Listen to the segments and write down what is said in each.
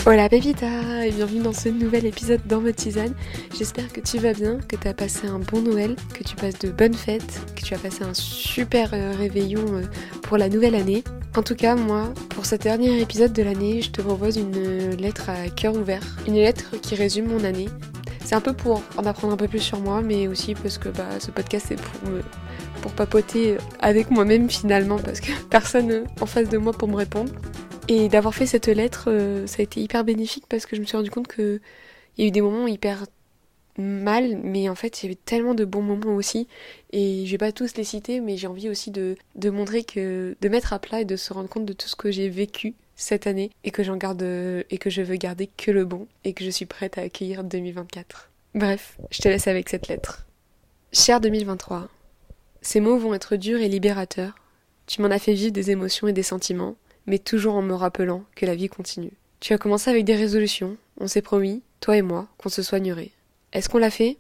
Hola Pépita et bienvenue dans ce nouvel épisode dans votre tisane. J'espère que tu vas bien, que tu as passé un bon Noël, que tu passes de bonnes fêtes, que tu as passé un super réveillon pour la nouvelle année. En tout cas, moi, pour ce dernier épisode de l'année, je te propose une lettre à cœur ouvert. Une lettre qui résume mon année. C'est un peu pour en apprendre un peu plus sur moi, mais aussi parce que ce podcast c'est pour papoter avec moi-même finalement, parce que personne en face de moi pour me répondre. Et d'avoir fait cette lettre, ça a été hyper bénéfique parce que je me suis rendu compte qu'il y a eu des moments hyper mal, mais en fait il y avait tellement de bons moments aussi. Et je vais pas tous les citer, mais j'ai envie aussi de montrer de mettre à plat et de se rendre compte de tout ce que j'ai vécu cette année et que j'en garde et que je veux garder que le bon et que je suis prête à accueillir 2024. Bref, je te laisse avec cette lettre. Cher 2023, ces mots vont être durs et libérateurs. Tu m'en as fait vivre des émotions et des sentiments, mais toujours en me rappelant que la vie continue. Tu as commencé avec des résolutions, on s'est promis, toi et moi, qu'on se soignerait. Est-ce qu'on l'a fait ?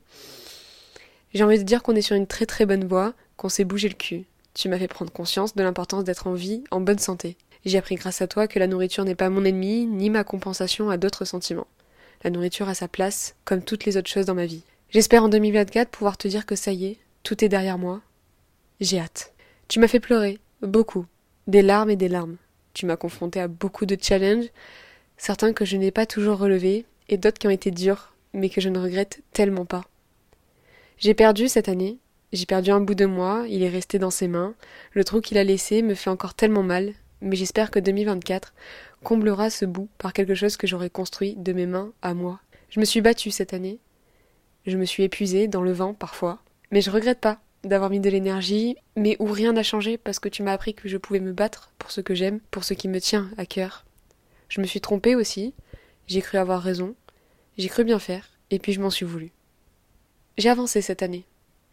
J'ai envie de dire qu'on est sur une très très bonne voie, qu'on s'est bougé le cul. Tu m'as fait prendre conscience de l'importance d'être en vie, en bonne santé. J'ai appris grâce à toi que la nourriture n'est pas mon ennemi, ni ma compensation à d'autres sentiments. La nourriture a sa place, comme toutes les autres choses dans ma vie. J'espère en 2024 pouvoir te dire que ça y est, tout est derrière moi. J'ai hâte. Tu m'as fait pleurer, beaucoup, des larmes et des larmes. Tu m'as confronté à beaucoup de challenges, certains que je n'ai pas toujours relevés, et d'autres qui ont été durs, mais que je ne regrette tellement pas. J'ai perdu cette année, j'ai perdu un bout de moi, il est resté dans ses mains, le trou qu'il a laissé me fait encore tellement mal, mais j'espère que 2024 comblera ce bout par quelque chose que j'aurai construit de mes mains à moi. Je me suis battue cette année, je me suis épuisée dans le vent parfois, mais je regrette pas d'avoir mis de l'énergie, mais où rien n'a changé parce que tu m'as appris que je pouvais me battre pour ce que j'aime, pour ce qui me tient à cœur. Je me suis trompée aussi, j'ai cru avoir raison, j'ai cru bien faire, et puis je m'en suis voulu. J'ai avancé cette année.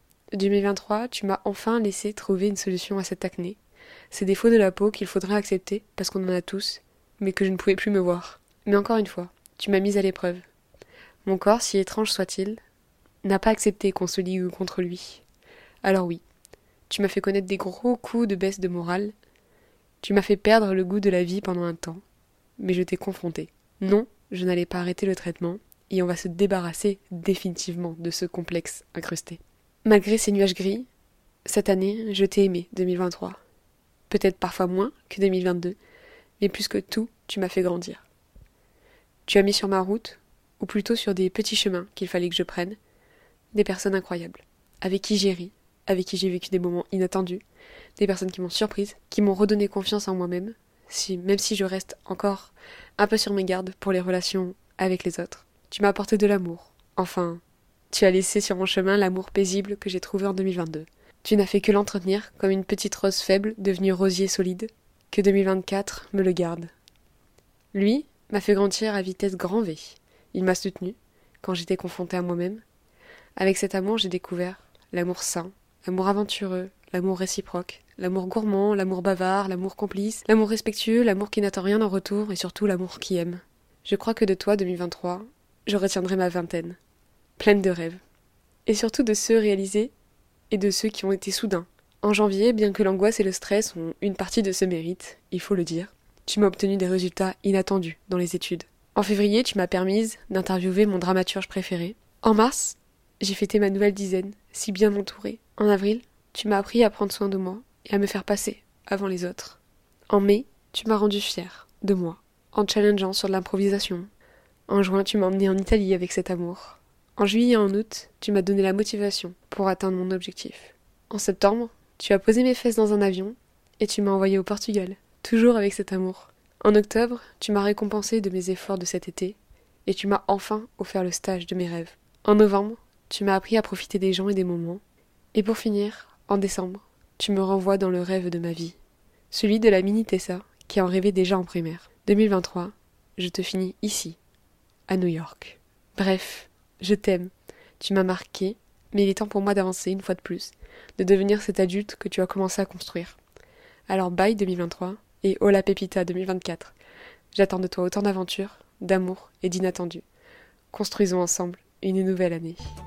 2023, tu m'as enfin laissé trouver une solution à cette acné, ces défauts de la peau qu'il faudrait accepter parce qu'on en a tous, mais que je ne pouvais plus me voir. Mais encore une fois, tu m'as mise à l'épreuve. Mon corps, si étrange soit-il, n'a pas accepté qu'on se ligue contre lui. Alors oui, tu m'as fait connaître des gros coups de baisse de morale, tu m'as fait perdre le goût de la vie pendant un temps, mais je t'ai confronté. Non, je n'allais pas arrêter le traitement, et on va se débarrasser définitivement de ce complexe incrusté. Malgré ces nuages gris, cette année, je t'ai aimé, 2023. Peut-être parfois moins que 2022, mais plus que tout, tu m'as fait grandir. Tu as mis sur ma route, ou plutôt sur des petits chemins qu'il fallait que je prenne, des personnes incroyables, avec qui j'ai ri, avec qui j'ai vécu des moments inattendus, des personnes qui m'ont surprise, qui m'ont redonné confiance en moi-même, même si je reste encore un peu sur mes gardes pour les relations avec les autres. Tu m'as apporté de l'amour. Enfin, tu as laissé sur mon chemin l'amour paisible que j'ai trouvé en 2022. Tu n'as fait que l'entretenir comme une petite rose faible devenue rosier solide, que 2024 me le garde. Lui m'a fait grandir à vitesse grand V. Il m'a soutenu quand j'étais confrontée à moi-même. Avec cet amour, j'ai découvert l'amour sain, l'amour aventureux, l'amour réciproque, l'amour gourmand, l'amour bavard, l'amour complice, l'amour respectueux, l'amour qui n'attend rien en retour et surtout l'amour qui aime. Je crois que de toi, 2023, je retiendrai ma vingtaine, pleine de rêves. Et surtout de ceux réalisés et de ceux qui ont été soudains. En janvier, bien que l'angoisse et le stress ont une partie de ce mérite, il faut le dire, tu m'as obtenu des résultats inattendus dans les études. En février, tu m'as permise d'interviewer mon dramaturge préféré. En mars, j'ai fêté ma nouvelle dizaine, si bien entourée. En avril, tu m'as appris à prendre soin de moi et à me faire passer avant les autres. En mai, tu m'as rendu fière de moi, en challengeant sur de l'improvisation. En juin, tu m'as emmenée en Italie avec cet amour. En juillet et en août, tu m'as donné la motivation pour atteindre mon objectif. En septembre, tu as posé mes fesses dans un avion et tu m'as envoyé au Portugal, toujours avec cet amour. En octobre, tu m'as récompensé de mes efforts de cet été et tu m'as enfin offert le stage de mes rêves. En novembre, tu m'as appris à profiter des gens et des moments. Et pour finir, en décembre, tu me renvoies dans le rêve de ma vie, celui de la mini Tessa qui en rêvait déjà en primaire. 2023, je te finis ici, à New York. Bref, je t'aime, tu m'as marqué, mais il est temps pour moi d'avancer une fois de plus, de devenir cet adulte que tu as commencé à construire. Alors bye 2023 et hola Pépita 2024. J'attends de toi autant d'aventures, d'amour et d'inattendus. Construisons ensemble une nouvelle année.